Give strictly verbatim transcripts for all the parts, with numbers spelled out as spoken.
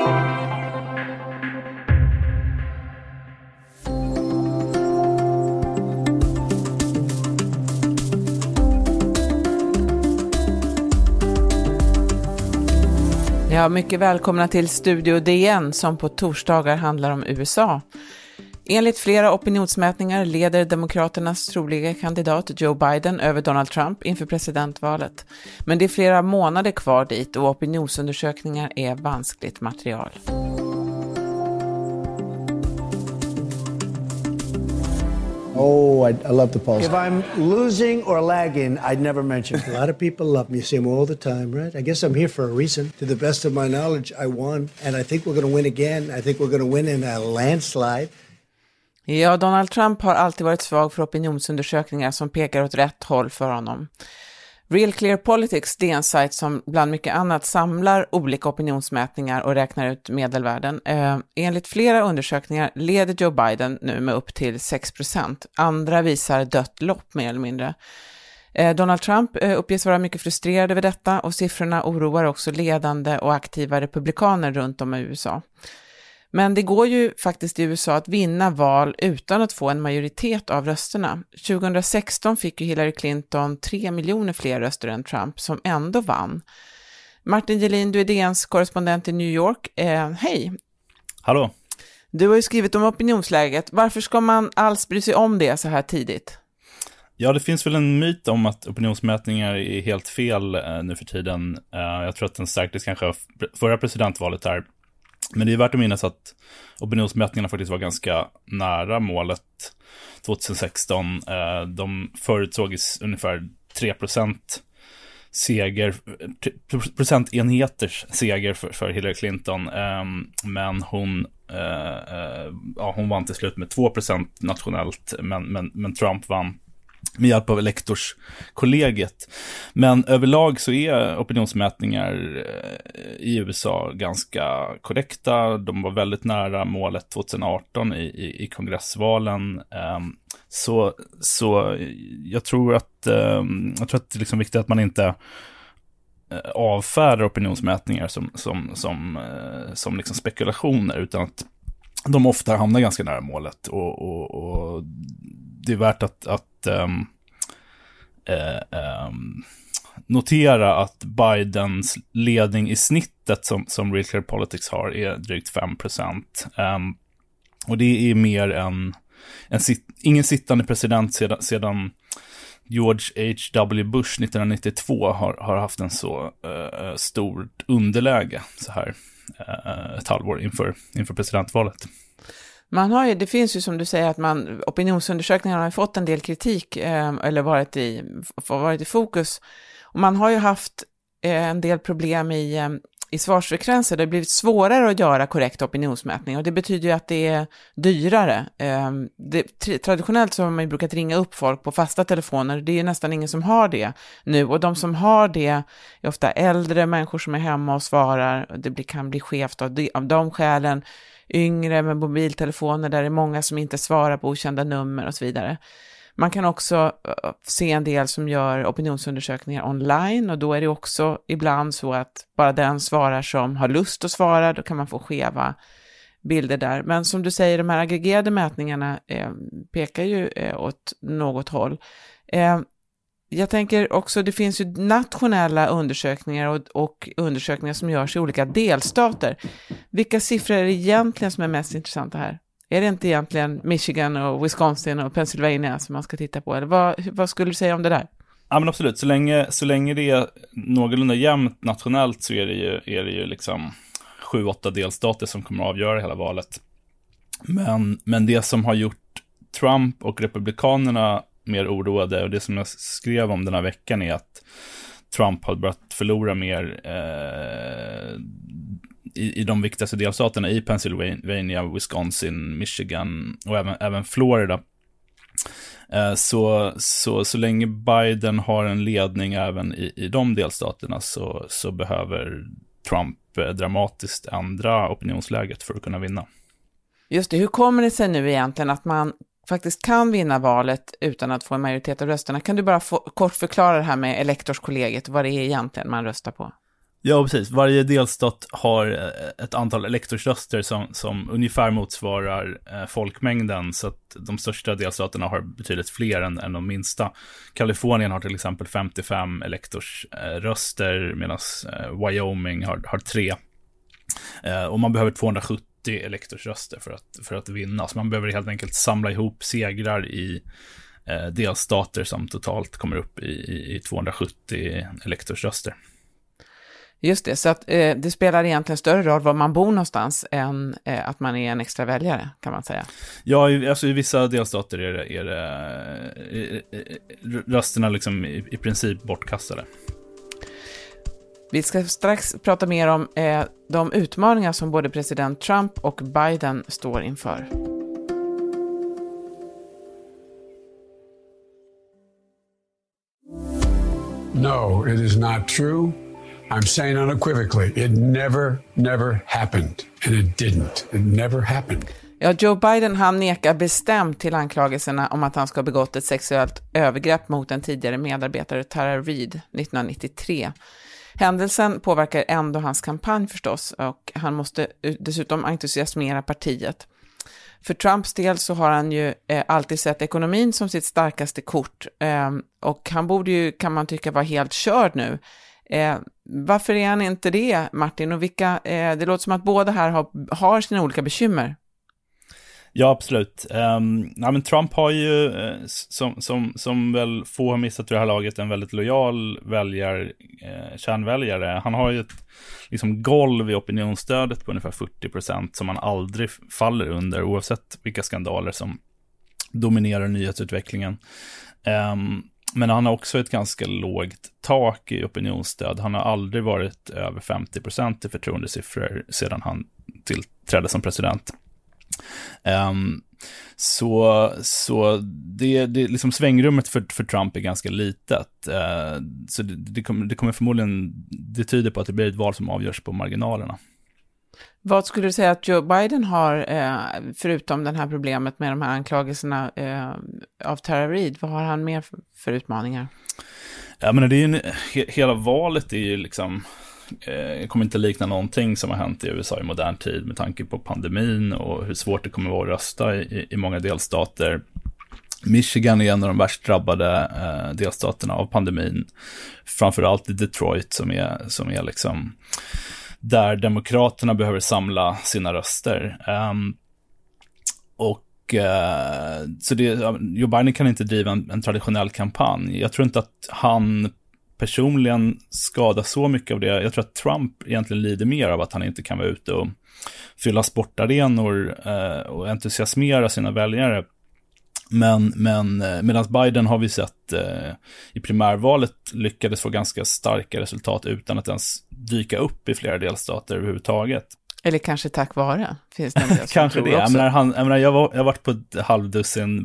Ja, mycket välkomna till Studio D N som på torsdagar handlar om U S A. Enligt flera opinionsmätningar leder demokraternas troliga kandidat Joe Biden över Donald Trump inför presidentvalet. Men det är flera månader kvar dit och opinionsundersökningar är vanskligt material. Oh, I, I love the polls. If I'm losing or lagging, I'd never mention it. A lot of people love me. You see them all the time, right? I guess I'm here for a reason. To the best of my knowledge, I won. And I think we're going to win again. I think we're going to win in a landslide. Ja, Donald Trump har alltid varit svag för opinionsundersökningar som pekar åt rätt håll för honom. Real Clear Politics, det är en sajt som bland mycket annat samlar olika opinionsmätningar och räknar ut medelvärden. Eh, enligt flera undersökningar leder Joe Biden nu med upp till sex procent. Andra visar dött lopp mer eller mindre. Eh, Donald Trump eh, uppges vara mycket frustrerad över detta och siffrorna oroar också ledande och aktiva republikaner runt om i U S A. Men det går ju faktiskt i U S A att vinna val utan att få en majoritet av rösterna. tjugohundrasexton fick ju Hillary Clinton tre miljoner fler röster än Trump som ändå vann. Martin Gelin, du är D N:s korrespondent i New York. Eh, hej! Hallå! Du har ju skrivit om opinionsläget. Varför ska man alls bry sig om det så här tidigt? Ja, det finns väl en myt om att opinionsmätningar är helt fel eh, nu för tiden. Eh, jag tror att den stärktes kanske av förra presidentvalet här. Men det är värt att minnas att opinionsmätningarna faktiskt var ganska nära målet tjugohundrasexton. De förutsåg ungefär tre procent seger, procentenheters seger för, för Hillary Clinton. Men hon, ja, hon vann till slut med två procent nationellt, men, men, men Trump vann med hjälp av elektorskollegiet. Men överlag så är opinionsmätningar i U S A ganska korrekta. De var väldigt nära målet tjugoarton i, i, i kongressvalen. Så, så jag tror att, jag tror att det är liksom viktigt att man inte avfärdar opinionsmätningar som, som, som, som liksom spekulationer, utan att de ofta hamnar ganska nära målet. Och, och, och det är värt att, att um, uh, um, notera att Bidens ledning i snittet som, som Real Clear Politics har är drygt fem procent. Um, och det är mer än en sit, ingen sittande president sedan, sedan George H W Bush nittonhundranittiotvå har, har haft en så uh, stort underläge så här uh, ett halvår inför, inför presidentvalet. Man har ju, det finns ju som du säger att man, opinionsundersökningarna har fått en del kritik eh, eller varit i, varit i fokus. Och man har ju haft eh, en del problem i, eh, i svarsfrekvenser. Det har blivit svårare att göra korrekt opinionsmätning och det betyder ju att det är dyrare. Eh, det, traditionellt så har man ju brukat ringa upp folk på fasta telefoner. Det är ju nästan ingen som har det nu och de som har det är ofta äldre människor som är hemma och svarar. Det blir, kan bli skevt av de, av de skälen. Yngre med mobiltelefoner där det är många som inte svarar på okända nummer och så vidare. Man kan också se en del som gör opinionsundersökningar online och då är det också ibland så att bara den svarar som har lust att svara, då kan man få skeva bilder där. Men som du säger, de här aggregerade mätningarna eh, pekar ju eh, åt något håll. Eh, Jag tänker också, det finns ju nationella undersökningar och, och undersökningar som görs i olika delstater. Vilka siffror är det egentligen som är mest intressanta här? Är det inte egentligen Michigan och Wisconsin och Pennsylvania som man ska titta på? Eller vad, vad skulle du säga om det där? Ja, men absolut. Så länge, så länge det är någorlunda jämnt nationellt så är det ju, är det ju liksom sju, åtta delstater som kommer att avgöra hela valet. Men, men det som har gjort Trump och republikanerna mer oroade, och det som jag skrev om den här veckan, är att Trump har börjat förlora mer eh, i, i de viktigaste delstaterna, i Pennsylvania, Wisconsin, Michigan och även, även Florida. Eh, så, så, så länge Biden har en ledning även i, i de delstaterna så, så behöver Trump eh, dramatiskt ändra opinionsläget för att kunna vinna. Just det, hur kommer det sig nu egentligen att man faktiskt kan vinna valet utan att få en majoritet av rösterna? Kan du bara få, kort förklara det här med elektorskollegiet, vad det är egentligen man röstar på? Ja, precis. Varje delstat har ett antal elektorsröster som, som ungefär motsvarar eh, folkmängden, så att de största delstaterna har betydligt fler än, än de minsta. Kalifornien har till exempel femtiofem elektorsröster, medan eh, Wyoming har, har tre. Eh, och man behöver tvåhundrasjuttio elektorsröster för att, för att vinna. Så man behöver helt enkelt samla ihop segrar i eh, delstater som totalt kommer upp i, i, i tvåhundrasjuttio elektorsröster. Just det, så att eh, det spelar egentligen större roll var man bor någonstans än eh, att man är en extra väljare, kan man säga. Ja, i, alltså i vissa delstater är det, är det är, är, rösterna liksom i, i princip bortkastade. Vi ska strax prata mer om eh, de utmaningar som både president Trump och Biden står inför. No, it is not true. I'm saying unequivocally, it never, never happened. And it didn't. It never happened. Ja, Joe Biden, han nekar bestämt till anklagelserna om att han ska ha begått ett sexuellt övergrepp mot en tidigare medarbetare, Tara Reid, nittonhundranittiotre. Händelsen påverkar ändå hans kampanj förstås, och han måste dessutom entusiasmera partiet. För Trumps del så har han ju eh, alltid sett ekonomin som sitt starkaste kort, eh, och han borde ju, kan man tycka, vara helt körd nu. Eh, varför är han inte det, Martin? Och vilka, eh, det låter som att båda här har, har sina olika bekymmer. Ja, absolut. Um, ja, men Trump har ju, eh, som, som, som väl få har missat i det här laget, en väldigt lojal väljar, eh, kärnväljare. Han har ju ett liksom, golv i opinionsstödet på ungefär fyrtio procent som han aldrig faller under, oavsett vilka skandaler som dominerar nyhetsutvecklingen. Um, Men han har också ett ganska lågt tak i opinionsstöd. Han har aldrig varit över femtio procent i förtroendesiffror sedan han tillträdde som president. Um, så så det, det liksom svängrummet för, för Trump är ganska litet. Uh, så det, det, kommer, det kommer förmodligen, det tyder på att det blir ett val som avgörs på marginalerna. Vad skulle du säga att Joe Biden har, eh, förutom det här problemet med de här anklagelserna eh, av Tara Reid, vad har han mer för, för utmaningar? Ja, men det är ju en, he, hela valet är ju liksom, eh, kommer inte likna någonting som har hänt i U S A i modern tid med tanke på pandemin och hur svårt det kommer vara att rösta i, i många delstater. Michigan är en av de värst drabbade eh, delstaterna av pandemin, framförallt i Detroit som är, som är liksom där demokraterna behöver samla sina röster. Um, och uh, så det, Joe Biden kan inte driva en, en traditionell kampanj. Jag tror inte att han personligen skadar så mycket av det. Jag tror att Trump egentligen lider mer av att han inte kan vara ute och fylla sportarenor uh, och entusiasmera sina väljare. Men, men medan Biden har vi sett eh, i primärvalet lyckades få ganska starka resultat utan att ens dyka upp i flera delstater överhuvudtaget. Eller kanske tack vare. Finns det en del som kanske tror det. också. Jag, menar, han, jag, menar, jag, var, jag har varit på ett halvdussin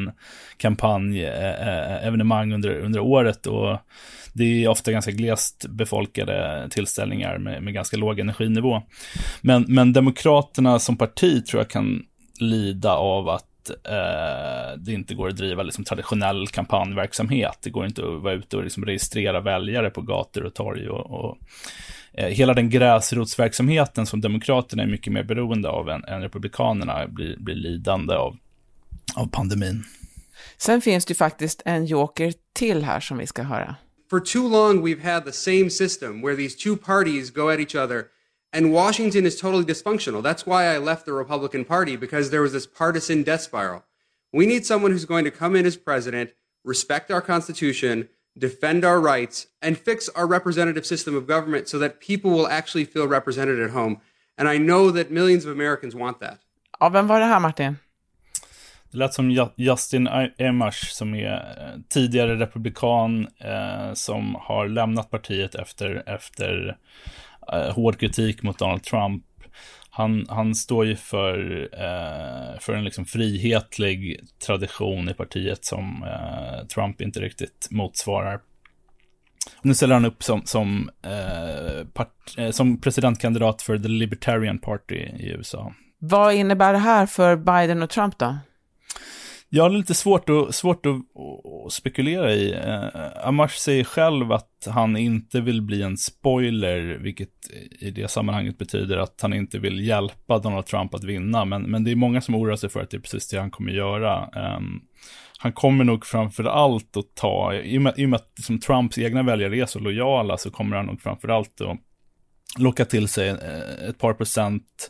Biden-kampanj-evenemang eh, under, under året, och det är ofta ganska glest befolkade tillställningar med, med ganska låg energinivå. Men, men demokraterna som parti tror jag kan lida av att Uh, det inte går att driva liksom traditionell kampanjverksamhet. Det går inte att vara ute och liksom registrera väljare på gator och torg och, och uh, hela den gräsrotsverksamheten som demokraterna är mycket mer beroende av än, än republikanerna blir, blir lidande av, av pandemin. Sen finns det ju faktiskt en joker till här som vi ska höra. For too long we've had the same system where these two parties go at each other. And Washington is totally dysfunctional. That's why I left the Republican Party, because there was this partisan death spiral. We need someone who's going to come in as president, respect our Constitution, defend our rights, and fix our representative system of government so that people will actually feel represented at home. And I know that millions of Americans want that. Ja, vem var det här, Martin? Det lät som Justin Amash, som är tidigare republikan eh, som har lämnat partiet efter... efter Uh, hård kritik mot Donald Trump. Han, han står ju för, uh, för en liksom frihetlig tradition i partiet som uh, Trump inte riktigt motsvarar. Och nu ställer han upp som, som, uh, part, uh, som presidentkandidat för The Libertarian Party i U S A. Vad innebär det här för Biden och Trump då? Jag har lite svårt att, svårt att, att spekulera i. Eh, Amash säger själv att han inte vill bli en spoiler, vilket i det sammanhanget betyder att han inte vill hjälpa Donald Trump att vinna. Men, men det är många som oroar sig för att det är precis det han kommer göra. Eh, han kommer nog framför allt att ta, i och med, i och med att liksom Trumps egna väljare är så lojala, så kommer han nog framför allt att locka till sig ett par procent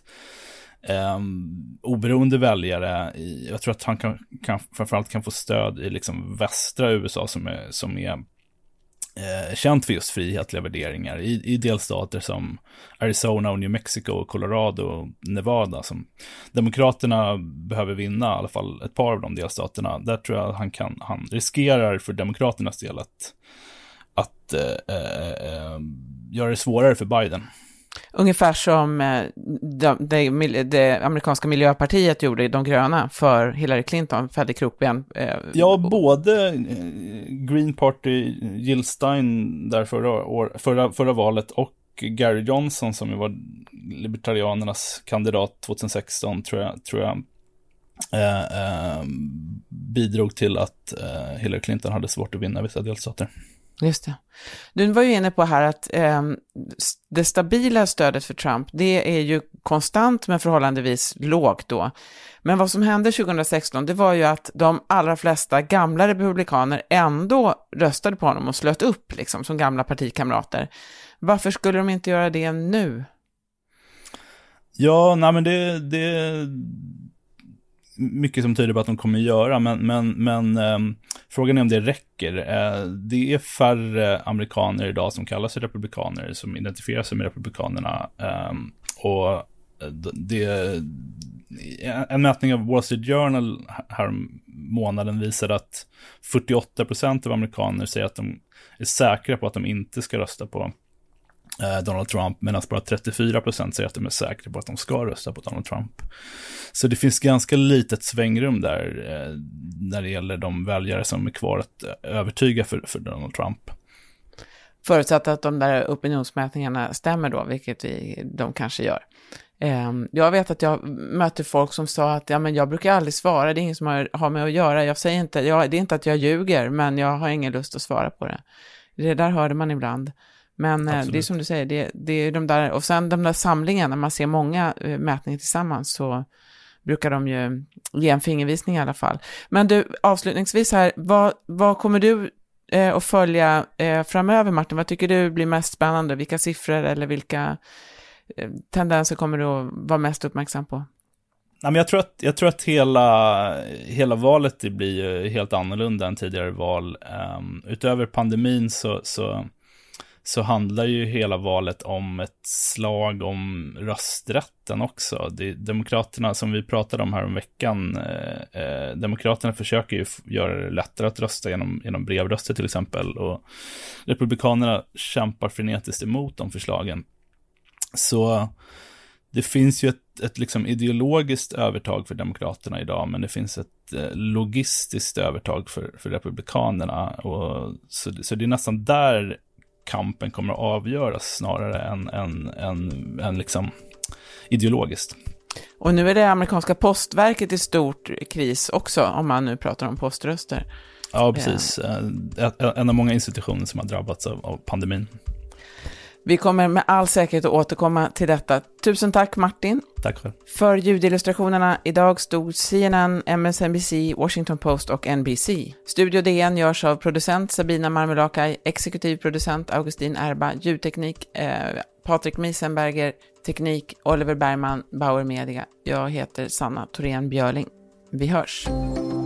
Um, oberoende väljare. I, jag tror att han kan, kan, framförallt kan få stöd i liksom västra U S A som är, som är eh, känt för just frihetliga värderingar i, i delstater som Arizona och New Mexico, Colorado och Nevada, som demokraterna behöver vinna, i alla fall ett par av de delstaterna. Där tror jag att han, kan, han riskerar för demokraternas del att, att eh, eh, göra det svårare för Biden. Ungefär som det, det, det amerikanska miljöpartiet gjorde i De gröna för Hillary Clinton, fällde krokben. Ja, både Green Party, Jill Stein där förra, år, förra, förra valet, och Gary Johnson som var libertarianernas kandidat tjugohundrasexton, tror jag, tror jag eh, eh, bidrog till att eh, Hillary Clinton hade svårt att vinna vissa delstater. Just det. Du var ju inne på här att eh, det stabila stödet för Trump, det är ju konstant men förhållandevis lågt då. Men vad som hände tjugohundrasexton, det var ju att de allra flesta gamla republikaner ändå röstade på honom och slöt upp liksom, som gamla partikamrater. Varför skulle de inte göra det nu? Ja, nej men det, det mycket som tyder på att de kommer göra, men, men, men eh, frågan är om det räcker. Eh, det är färre amerikaner idag som kallar sig republikaner, som identifierar sig med republikanerna, eh, och det, en mätning av Wall Street Journal här månaden visade att fyrtioåtta procent av amerikaner säger att de är säkra på att de inte ska rösta på Donald Trump, medan bara trettiofyra procent säger att de är säkra på att de ska rösta på Donald Trump. Så det finns ganska litet svängrum där eh, när det gäller de väljare som är kvar att övertyga för, för Donald Trump. Förutsatt att de där opinionsmätningarna stämmer då, vilket vi, de kanske gör. Eh, jag vet att jag möter folk som sa att ja, men jag brukar aldrig svara, det är ingen som har, har med att göra. Jag säger inte, jag, det är inte att jag ljuger, men jag har ingen lust att svara på det. Det där hörde man ibland. Men Absolut. Det är som du säger, det, det är de där, och sen de där samlingarna, när man ser många uh, mätningar tillsammans, så brukar de ju ge en fingervisning i alla fall. Men du, avslutningsvis här, vad, vad kommer du uh, att följa uh, framöver, Martin? Vad tycker du blir mest spännande? Vilka siffror eller vilka uh, tendenser kommer du att vara mest uppmärksam på? Nej, men jag tror att, jag tror att hela, hela valet det blir helt annorlunda än tidigare val. Um, utöver pandemin så... så så handlar ju hela valet om ett slag om rösträtten också. Det, demokraterna, som vi pratade om här om veckan, eh, eh, demokraterna försöker ju göra det lättare att rösta genom, genom brevröster till exempel, och republikanerna kämpar frenetiskt emot de förslagen. Så det finns ju ett, ett liksom ideologiskt övertag för demokraterna idag, men det finns ett eh, logistiskt övertag för, för republikanerna, och så, så det är nästan där kampen kommer att avgöras snarare än, än, än, än liksom ideologiskt. Och nu är det amerikanska postverket i stort kris också, om man nu pratar om poströster. Ja, precis. Ja. En av många institutioner som har drabbats av, av pandemin. Vi kommer med all säkerhet att återkomma till detta. Tusen tack, Martin. Tack själv. För ljudillustrationerna idag stod C N N, M S N B C, Washington Post och N B C. Studio D N görs av producent Sabina Marmelakai, exekutiv producent Augustin Erba, ljudteknik eh, Patrik Miesenberger, teknik Oliver Bergman, Bauer Media. Jag heter Sanna Thorén Björling. Vi hörs.